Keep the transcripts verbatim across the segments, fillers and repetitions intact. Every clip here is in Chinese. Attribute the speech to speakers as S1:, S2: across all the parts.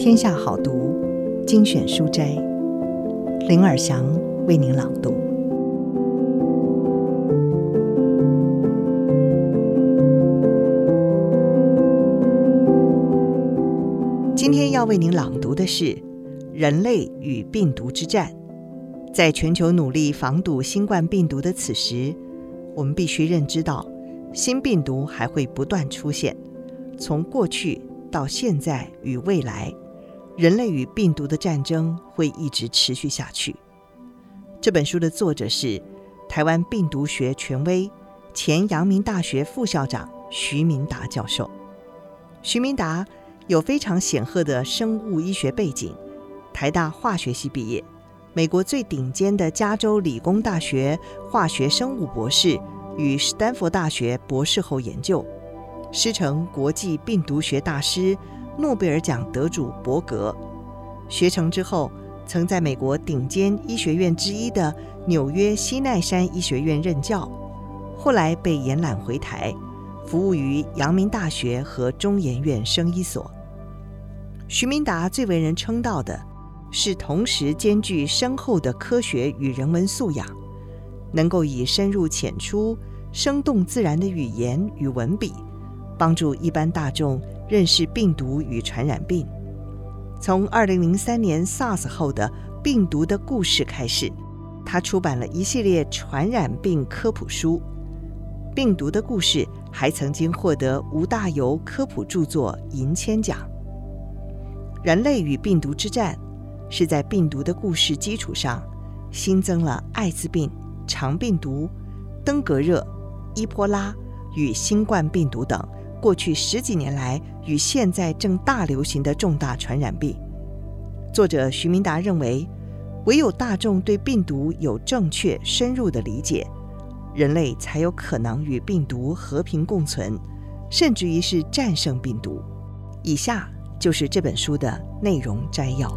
S1: 天下好读精选书斋，林尔祥为您朗读。今天要为您朗读的是《人类与病毒之战》。在全球努力防堵新冠病毒的此时，我们必须认知到，新病毒还会不断出现。从过去到现在与未来，人类与病毒的战争会一直持续下去。这本书的作者是台湾病毒学权威、前阳明大学副校长徐明达教授。徐明达有非常显赫的生物医学背景，台大化学系毕业，美国最顶尖的加州理工大学化学生物博士与史丹佛大学博士后研究，师承国际病毒学大师诺贝尔奖得主伯格。学成之后，曾在美国顶尖医学院之一的纽约西奈山医学院任教，后来被延揽回台，服务于阳明大学和中研院生医所。徐明达最为人称道的是同时兼具深厚的科学与人文素养，能够以深入浅出、生动自然的语言与文笔，帮助一般大众认识病毒与传染病。从二零零三年 SARS 后的病毒的故事开始，他出版了一系列传染病科普书。病毒的故事还曾经获得吴大猷科普著作银千奖。人类与病毒之战是在病毒的故事基础上，新增了艾滋病、肠病毒、登革热、伊波拉与新冠病毒等过去十几年来与现在正大流行的重大传染病。作者徐明达认为，唯有大众对病毒有正确深入的理解，人类才有可能与病毒和平共存，甚至于是战胜病毒。以下就是这本书的内容摘要。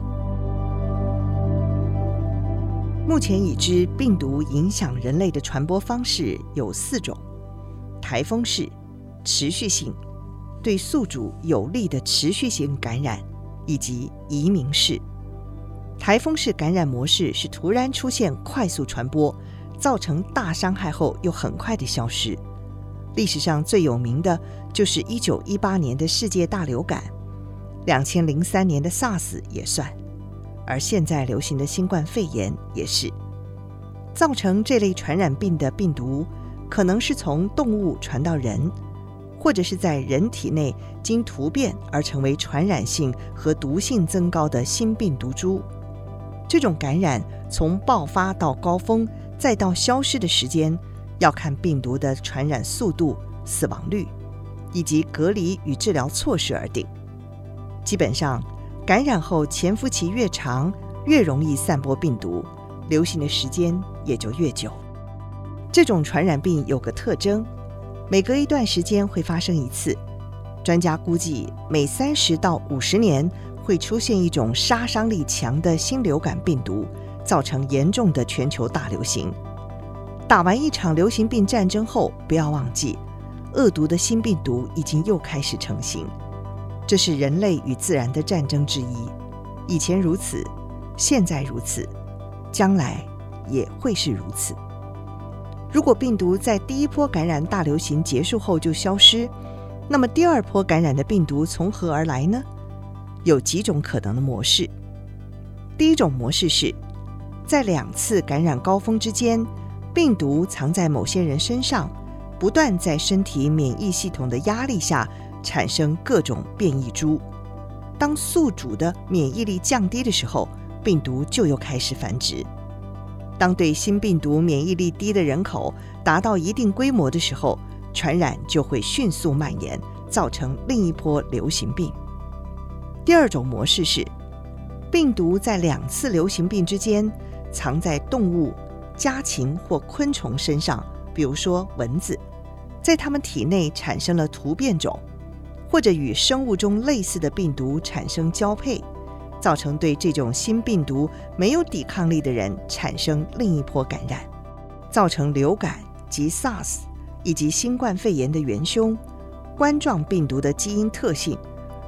S1: 目前已知病毒影响人类的传播方式有四种：台风式、持续性、对宿主有利的持续性感染，以及移民式。台风式感染模式是突然出现快速传播，造成大伤害后又很快的消失。历史上最有名的就是一九一八年的世界大流感，两千零三年的 SARS 也算，而现在流行的新冠肺炎也是。造成这类传染病的病毒可能是从动物传到人，或者是在人体内经突变而成为传染性和毒性增高的新病毒株。这种感染从爆发到高峰再到消失的时间，要看病毒的传染速度、死亡率以及隔离与治疗措施而定。基本上，感染后潜伏期越长，越容易散播病毒，流行的时间也就越久。这种传染病有个特征，每隔一段时间会发生一次。专家估计，每三十到五十年会出现一种杀伤力强的新流感病毒，造成严重的全球大流行。打完一场流行病战争后，不要忘记，恶毒的新病毒已经又开始成型。这是人类与自然的战争之一，以前如此，现在如此，将来也会是如此。如果病毒在第一波感染大流行结束后就消失，那么第二波感染的病毒从何而来呢？有几种可能的模式。第一种模式是，在两次感染高峰之间，病毒藏在某些人身上，不断在身体免疫系统的压力下产生各种变异株。当宿主的免疫力降低的时候，病毒就又开始繁殖。当对新病毒免疫力低的人口达到一定规模的时候，传染就会迅速蔓延，造成另一波流行病。第二种模式是，病毒在两次流行病之间藏在动物、家禽或昆虫身上，比如说蚊子，在它们体内产生了突变种，或者与生物中类似的病毒产生交配，造成对这种新病毒没有抵抗力的人产生另一波感染，造成流感及 SARS 以及新冠肺炎的元凶，冠状病毒的基因特性，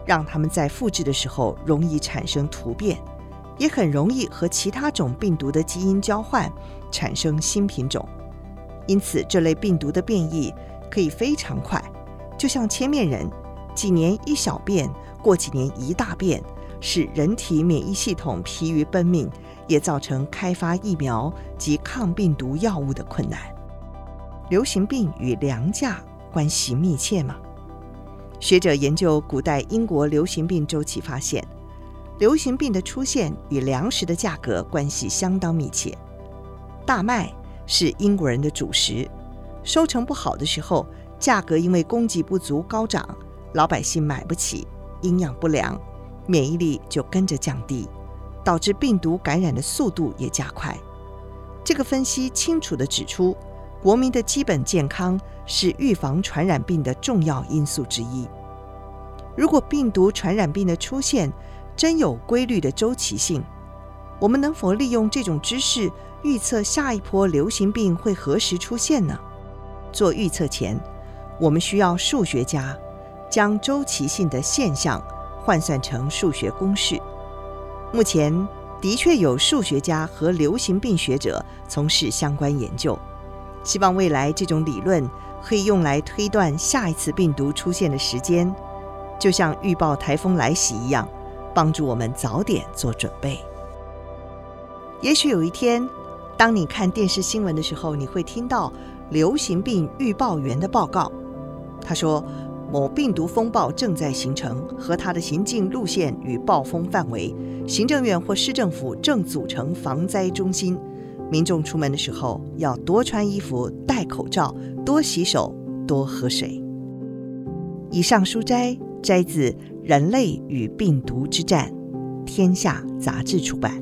S1: 让它们在复制的时候容易产生突变，也很容易和其他种病毒的基因交换，产生新品种。因此这类病毒的变异可以非常快，就像千面人，几年一小变，过几年一大变，使人体免疫系统疲于奔命，也造成开发疫苗及抗病毒药物的困难。流行病与粮价关系密切吗？学者研究古代英国流行病周期发现，流行病的出现与粮食的价格关系相当密切。大麦是英国人的主食，收成不好的时候，价格因为供给不足高涨，老百姓买不起，营养不良，免疫力就跟着降低，导致病毒感染的速度也加快。这个分析清楚地指出，国民的基本健康是预防传染病的重要因素之一。如果病毒传染病的出现真有规律的周期性，我们能否利用这种知识预测下一波流行病会何时出现呢？做预测前，我们需要数学家将周期性的现象换算成数学公式。目前的确有数学家和流行病学者从事相关研究，希望未来这种理论可以用来推断下一次病毒出现的时间，就像预报台风来袭一样，帮助我们早点做准备。也许有一天，当你看电视新闻的时候，你会听到流行病预报员的报告。他说，某病毒风暴正在形成，和它的行进路线与暴风范围，行政院或市政府正组成防灾中心。民众出门的时候要多穿衣服、戴口罩、多洗手、多喝水。以上书摘摘自《人类与病毒之战》，天下杂志出版。